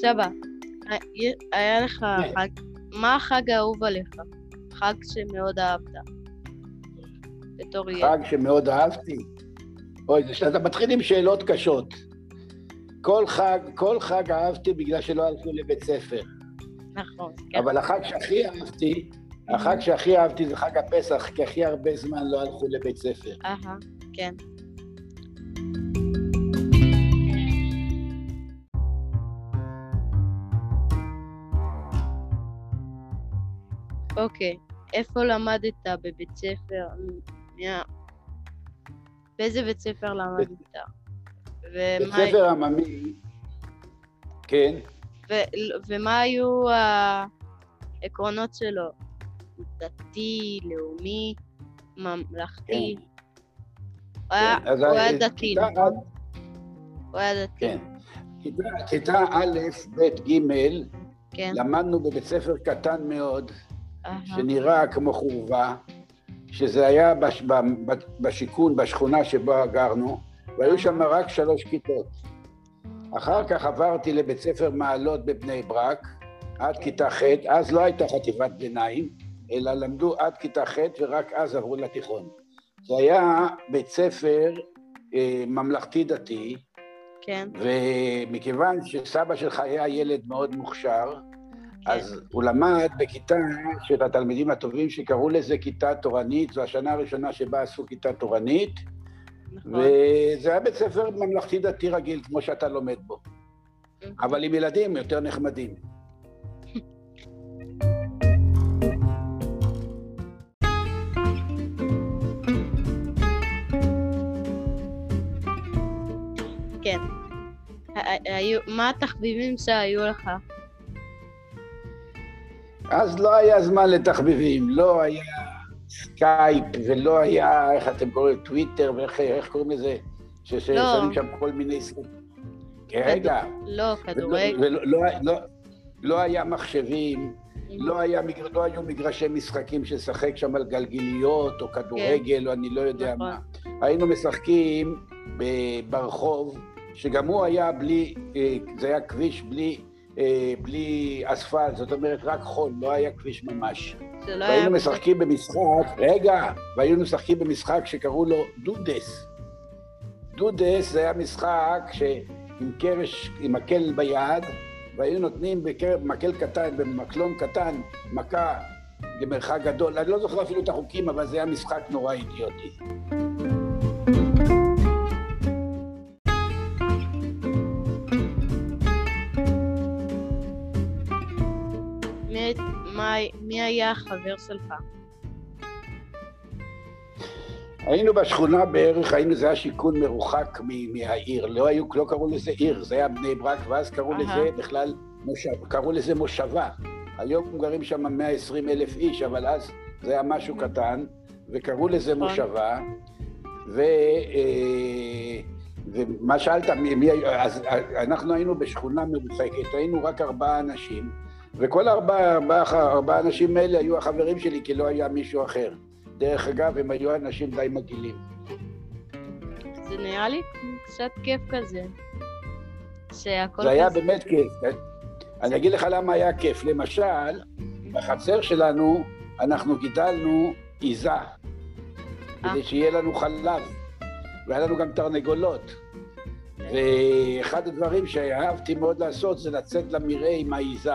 סבא, היה לך כן. חג, מה החג האהוב עליך? חג שמאוד אהבת, בתור ילד. חג שמאוד אהבתי. אוי, אתה מתחיל עם שאלות קשות. כל חג אהבתי בגלל שלא הלכו לבית ספר. נכון, כן. אבל החג שהכי אהבתי זה חג הפסח, כי הכי הרבה זמן לא הלכו לבית ספר. כן. אוקיי, איפה למדת? בבית ספר? באיזה בית ספר למדת? בית ספר עממי, כן. ומה היו העקרונות שלו? דתי, לאומי, ממלכתי? הוא היה דתי, נכון? הוא היה דתי. כן. כיתה א', ב', ג', למדנו בבית ספר קטן מאוד, שנראה כמו חורבה, שזה היה בשיכון, בשכונה שבה גרנו, והיו שם רק 3 כיתות. אחר כך עברתי לבית ספר מעלות בבני ברק, עד כיתה ח', אז לא הייתה חטיבת ביניים, אלא למדו עד כיתה ח' ורק אז עברו לתיכון. זה היה בית ספר ממלכתי דתי, כן. ומכיוון שסבא שלך היה ילד מאוד מוכשר, אז הוא למד בכיתה של התלמידים הטובים שקראו לזה כיתה תורנית, זו השנה הראשונה שבה עשו כיתה תורנית, וזה היה בית ספר ממלכתי דתי רגיל, כמו שאתה לומד בו. אבל עם ילדים יותר נחמדים. כן. מה התחביבים שהיו לך? אז לא היה זמן לתחביבים, לא היה סקייפ ולא היה, איך אתם קוראים, טוויטר ואיך קוראים לזה? ששמים שם כל מיני סקייפ. רגע. לא, כדורגל. לא היה מחשבים, לא היו מגרשי משחקים ששחק שם על גלגיליות או כדורגל או אני לא יודע מה. היינו משחקים ברחוב, שגם הוא היה בלי, זה היה כביש בלי אספלט, זאת אומרת רק חול, לא היה כביש ממש. והיינו משחקים במשחק, שקראו לו דודס. דודס זה היה משחק עם קרש, עם מקל ביד, והיינו נותנים במקל קטן, במקלון קטן, מכה למרחק גדול. אני לא זוכר אפילו את החוקים, אבל זה היה משחק נורא אידיוטי. מי היה החבר שלך? היינו בשכונה בערך, זה היה שיכון מרוחק מהעיר, לא קראו לזה עיר, זה היה בני ברק, ואז קראו לזה בכלל, קראו לזה מושבה. היום גרים שם 120,000 איש, אבל אז זה היה משהו קטן, וקראו לזה מושבה, ומה שאלת, אז אנחנו היינו בשכונה מרוחקת, היינו רק 4 אנשים, וכל 4 אנשים האלה היו החברים שלי, כי לא היה מישהו אחר. דרך אגב, הם היו אנשים די מגעילים. זה נראה לי קצת כיף כזה. זה היה באמת כיף. אני אגיד לך למה היה כיף. למשל, בחצר שלנו אנחנו גידלנו עיזה, כדי שיהיה לנו חלב, והיה לנו גם תרנגולות. ואחד הדברים שאהבתי מאוד לעשות זה לצאת למרעה עם העיזה.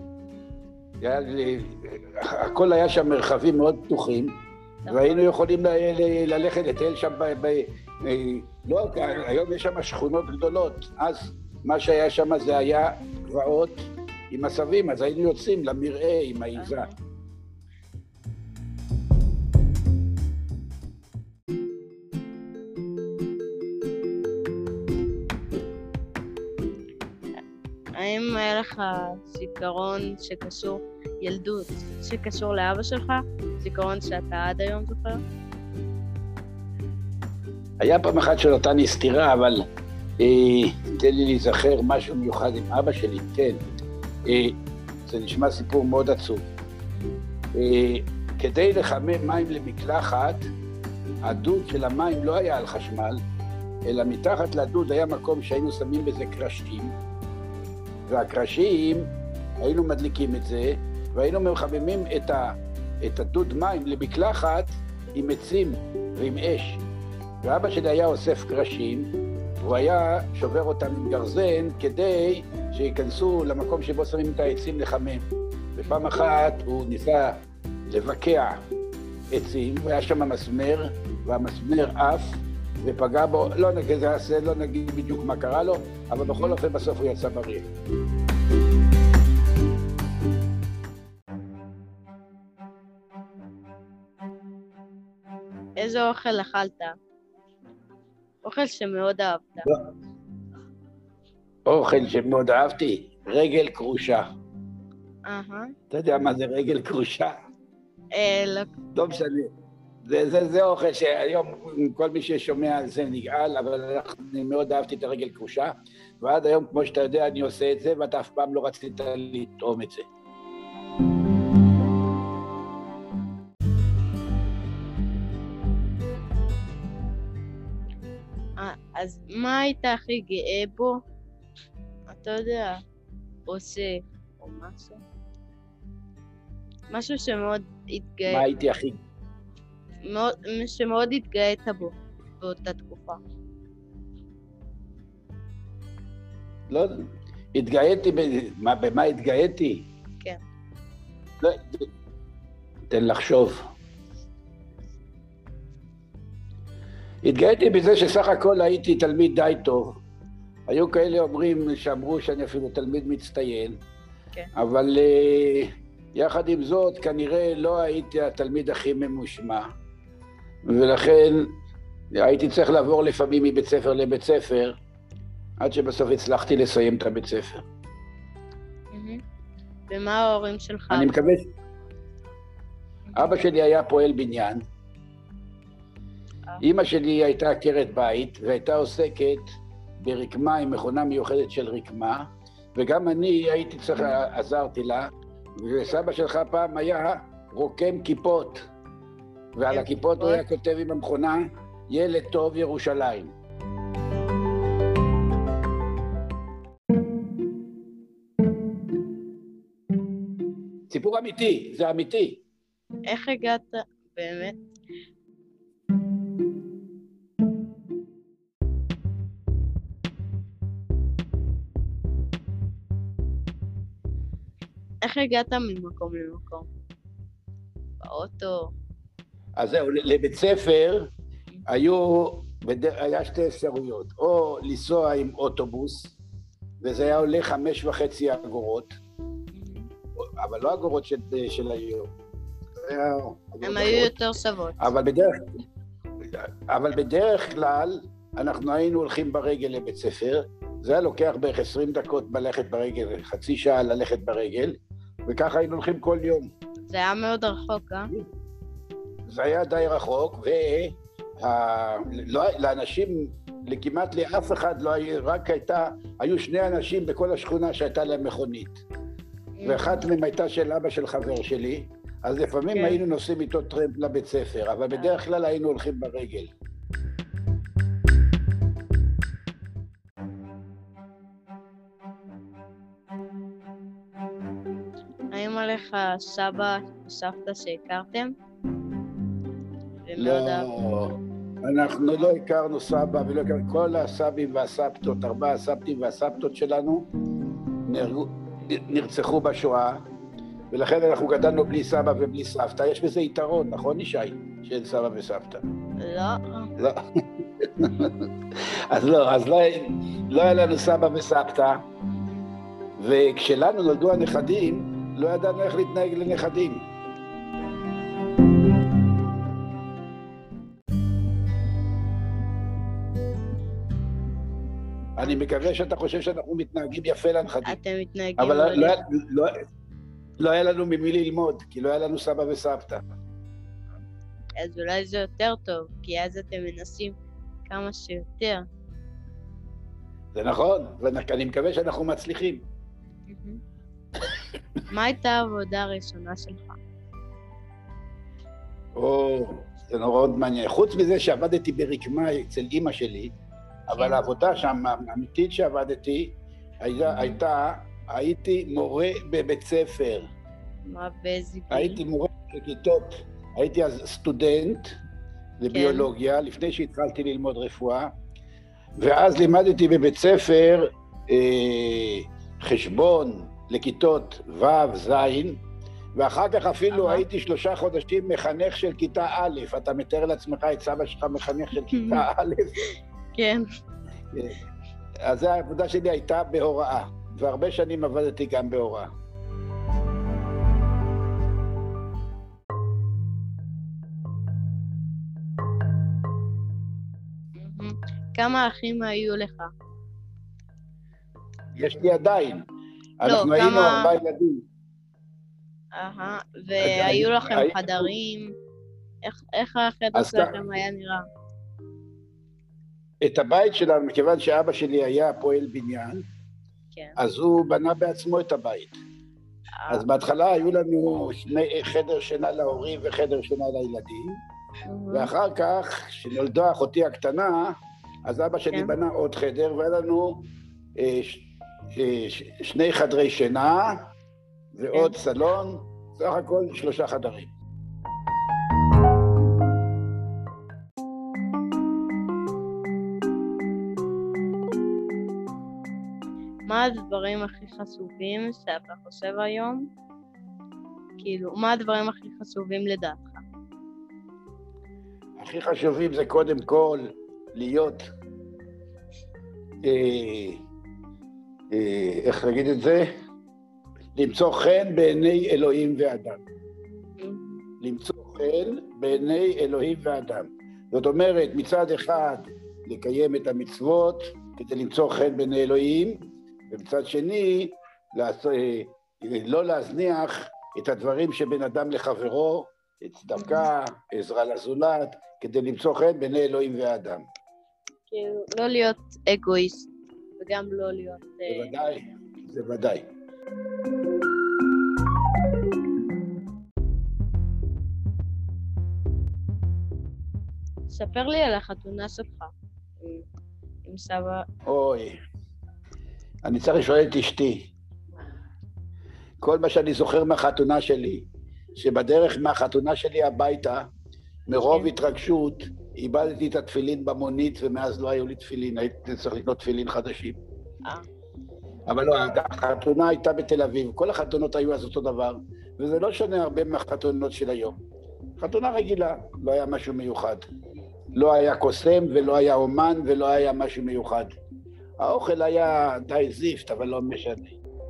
הכל היה שם מרחבים מאוד פתוחים, והיינו יכולים ללכת לטייל שם, לא, היום יש שם שכונות גדולות, אז מה שהיה שם זה היה גבעות עם עשבים, אז היינו יוצאים למרעה עם העיזה. האם היה לך זיכרון שקשור, ילדות, שקשור לאבא שלך? זיכרון שאתה עד היום זוכר? היה פעם אחת שנתן לי סתירה, אבל תן לי להיזכר משהו מיוחד עם אבא שלי, כן. זה נשמע סיפור מאוד עצוב. כדי לחמם מים למקלחת, הדוד של המים לא היה על חשמל, אלא מתחת לדוד היה מקום שהיינו שמים בזה קרשים, והקרשים, היינו מדליקים את זה, והיינו מחממים את הדוד מים למקלחת עם עצים ועם אש. ואבא שלי היה אוסף קרשים, הוא היה שובר אותם עם גרזן כדי שיכנסו למקום שבו שמים את העצים לחמם. ופעם אחת הוא ניסה לבקע עצים, והיה שם מסמר, והמסמר עף ופגע בו, לא נגיד בדיוק מה קרה לו, אבל בכל אופן בסוף הוא יצא בריא. איזה אוכל אכלת? אוכל שמאוד אהבת. אוכל שמאוד אהבתי? רגל קרושה. אתה יודע מה זה רגל קרושה? לא. לא משנה. זה אוכל שהיום כל מי ששומע על זה נגעל, אבל אני מאוד אהבתי את הרגל קרושה, ועד היום, כמו שאתה יודע, אני עושה את זה, ואתה אף פעם לא רצית לטעום את זה. אז מה היית הכי גאה בו? אתה יודע, עושה או משהו? משהו שמאוד התגאה... מה הייתי הכי... שמאוד התגאית בו באותה תקופה. לא, התגאיתי, במה התגאיתי? כן. לא, תן לחשוב. התגאיתי בזה שסך הכל הייתי תלמיד די טוב. היו כאלה שאמרו שאני אפילו תלמיד מצטיין, כן. אבל יחד עם זאת כנראה לא הייתי התלמיד הכי ממושמע, ולכן הייתי צריך לעבור לפעמים מבית ספר לבית ספר, עד שבסוף הצלחתי לסיים את הבית ספר. ומה ההורים שלך? אני מקווה... אבא שלי היה פועל בניין, אמא שלי הייתה עקרת בית והייתה עוסקת ברקמה עם מכונה מיוחדת של רקמה, וגם אני הייתי צריך, עזרתי לה, וסבא שלך פעם היה רוקם כיפות, ועל הכיפות הוא היה כותב עם המכונה, ילד טוב ירושלים. סיפור אמיתי, זה אמיתי. איך הגעת באמת? איך הגעת ממקום למקום? באוטו? אז זהו, לבית ספר היה שתי אפשרויות, או לנסוע עם אוטובוס, וזה היה עולה 5.5 אגורות, אבל לא אגורות של היום. הם היו יותר שוות. אבל בדרך כלל אנחנו היינו הולכים ברגל לבית ספר, זה היה לוקח בערך 20 דקות ללכת ברגל, חצי שעה ללכת ברגל, וככה היינו הולכים כל יום. זה היה מאוד רחוק, אה? זה היה די רחוק, ולאנשים, כמעט לאף אחד לא היה, היו 2 אנשים בכל השכונה שהייתה להם מכונית. ואחת מהם הייתה של אבא של חבר שלי, אז לפעמים היינו נוסעים איתו טרמפ לבית ספר, אבל בדרך כלל היינו הולכים ברגל. האם עליך סבא וסבתא שהכרתם? לא, אנחנו לא הכרנו סבא ולא הכרנו, כל הסבים והסבתות, 4 הסבתים והסבתות שלנו נרצחו בשואה, ולכן אנחנו גדלנו בלי סבא ובלי סבתא. יש בזה יתרון, נכון ישי? שאין סבא וסבתא. לא. אז לא היה לנו סבא וסבתא, וכשלנו נולדו הנכדים, לא ידענו איך להתנהג לנכדים. אני מקווה שאתה חושב שאנחנו מתנהגים יפה לנכדים. אתם מתנהגים... אבל לא היה לנו ממי ללמוד, כי לא היה לנו סבא וסבתא. אז אולי זה יותר טוב, כי אז אתם מנסים כמה שיותר. זה נכון, ואני מקווה שאנחנו מצליחים. מה הייתה העבודה הראשונה שלך? זה נורא עוד מעניין. חוץ מזה שעבדתי ברקמה אצל אמא שלי, אבל העבודה שם, האמיתית שעבדתי, הייתה הייתי מורה בבית ספר. מה באיזה גיל? הייתי מורה בכיתות. הייתי אז סטודנט לביולוגיה, לפני שהתחלתי ללמוד רפואה, ואז לימדתי בבית ספר חשבון לכיתות ו', ז', ואחר כך אפילו הייתי 3 חודשים מחנך של כיתה א'. אתה מתאר לעצמך את סבא שלך מחנך של כיתה א'? כן. אז העבודה שלי הייתה בהוראה, והרבה שנים עבדתי גם בהוראה. כמה אחים היו לך? יש לי עדיין. אנחנו היינו 4 ילדים. והיו לכם חדרים? איך החדר שלכם היה נראה? את הבית שלנו, מכיוון שאבא שלי היה פועל בניין, אז הוא בנה בעצמו את הבית. אז בהתחלה היו לנו חדר שינה להורים וחדר שינה לילדים, ואחר כך, כשנולדה אחותי הקטנה, אז אבא שלי בנה עוד חדר, והיה לנו 2 חדרי שינה ועוד סלון, סך הכל 3 חדרים. מה הדברים הכי חשובים שאתה חושב היום? כאילו, מה הדברים הכי חשובים לדעתך? הכי חשובים זה קודם כל להיות, איך נגיד את זה? למצוא חן בעיני אלוהים ואדם. למצוא חן בעיני אלוהים ואדם. זאת אומרת, מצד אחד לקיים את המצוות כדי למצוא חן בעיני אלוהים, ומצד שני לא להזניח את הדברים שבין אדם לחברו, את צדקה, עזרה לזולת, כדי למצוא חן בעיני אלוהים ואדם. כאילו, לא להיות אגואיסט, וגם לא להיות... בוודאי, זה ודאי. ספר לי על החתונה שלך, עם סבא. אוי, אני צריך לשאול את אשתי. כל מה שאני זוכר מהחתונה שלי, שבדרך מהחתונה שלי הביתה, מרוב התרגשות, איבדתי את התפילין במונית, ומאז לא היו לי תפילין, הייתי צריך לקנות תפילין חדשים. אבל לא, החתונה הייתה בתל אביב, כל החתונות היו אז אותו דבר, וזה לא שונה הרבה מהחתונות של היום. חתונה רגילה, לא היה משהו מיוחד. לא היה קוסם ולא היה אומן ולא היה משהו מיוחד. האוכל היה די זיפט, אבל לא משנה.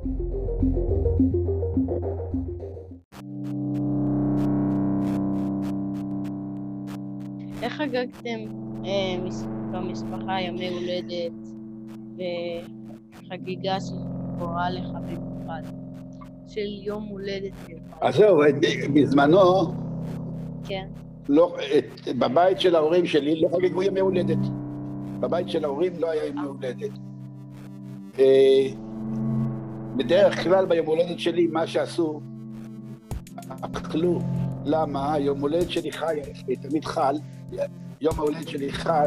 איך חגגתם במשפחה ימי הולדת וחגיגה שקורה לך במיוחד, של יום הולדת מיוחד? אז זהו, בזמנו, כן. לא, בבית של ההורים שלי לא חגגו ימי הולדת. בבית של ההורים לא היה ימי הולדת. בדרך כלל ביום הולדת שלי מה שעשו, אכלו. למה? יום הולדת שלי חי, תמיד חל, יום ההולדת שלי חל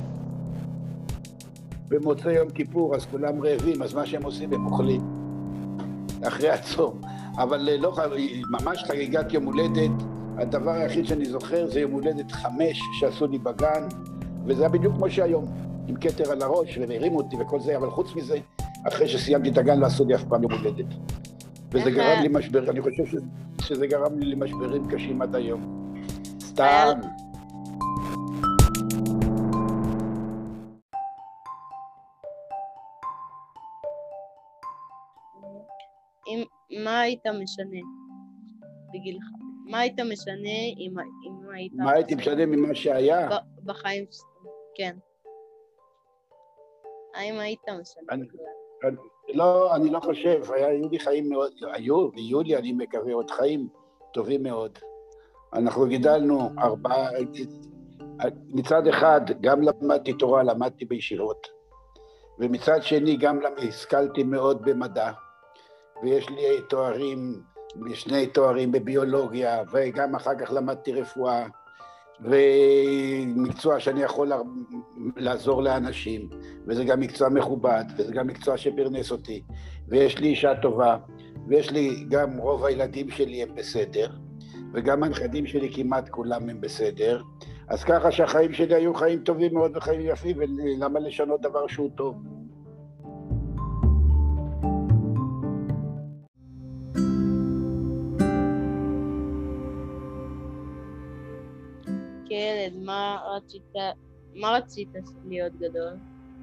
במוצאי יום כיפור, אז כולם רעבים, אז מה שהם עושים הם אוכלים אחרי הצום. אבל לא ממש חגיגת יום הולדת, הדבר היחיד שאני זוכר זה יום הולדת 5 שעשו לי בגן, וזה היה בדיוק כמו שהיום, עם כתר על הראש, והרימו אותי וכל זה, אבל חוץ מזה, אחרי שסיימתי את הגן לא עשו לי אף פעם יום הולדת. וזה גרם לי משבר, אני חושב שזה גרם לי למשברים קשים עד היום. סתם. מה היית משנה בגילך? מה היית משנה אם היית... מה הייתי משנה ממה שהיה? בחיים, כן. האם היית משנה בכלל? לא, אני לא חושב, היו לי חיים מאוד, היו לי, אני מקווה, עוד חיים טובים מאוד. אנחנו גידלנו 4, מצד אחד גם למדתי תורה, למדתי בישיבות, ומצד שני גם השכלתי מאוד במדע, ויש לי תוארים, 2 תוארים בביולוגיה, וגם אחר כך למדתי רפואה, ומקצוע שאני יכול לעזור לאנשים, וזה גם מקצוע מכובד, וזה גם מקצוע שפרנס אותי, ויש לי אישה טובה, ויש לי גם רוב הילדים שלי הם בסדר, וגם הנכדים שלי כמעט כולם הם בסדר, אז ככה שהחיים שלי היו חיים טובים מאוד וחיים יפים, ולמה לשנות דבר שהוא טוב? כילד, מה רצית להיות גדול?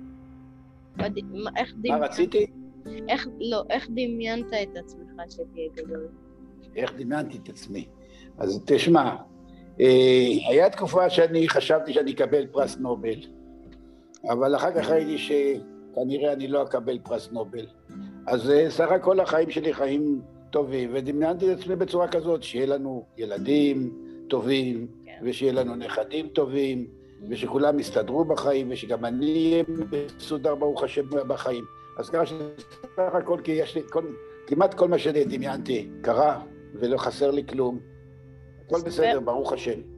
מה רציתי? איך דמיינת את עצמך שתהיה גדול? איך דמיינתי את עצמי? אז תשמע, היה תקופה שאני חשבתי שאני אקבל פרס נובל, אבל אחר כך ראיתי שכנראה אני לא אקבל פרס נובל. אז סך הכל החיים שלי חיים טובים, ודמיינתי את עצמי בצורה כזאת, שיהיה לנו ילדים טובים, ושיהיה לנו נכדים טובים, ושכולם יסתדרו בחיים, ושגם אני אהיה מסודר ברוך השם בחיים. אז ככה שסך הכל, כי יש לי כמעט כל מה שדמיינתי קרה, ולא חסר לי כלום. הכל בסדר, ברוך השם.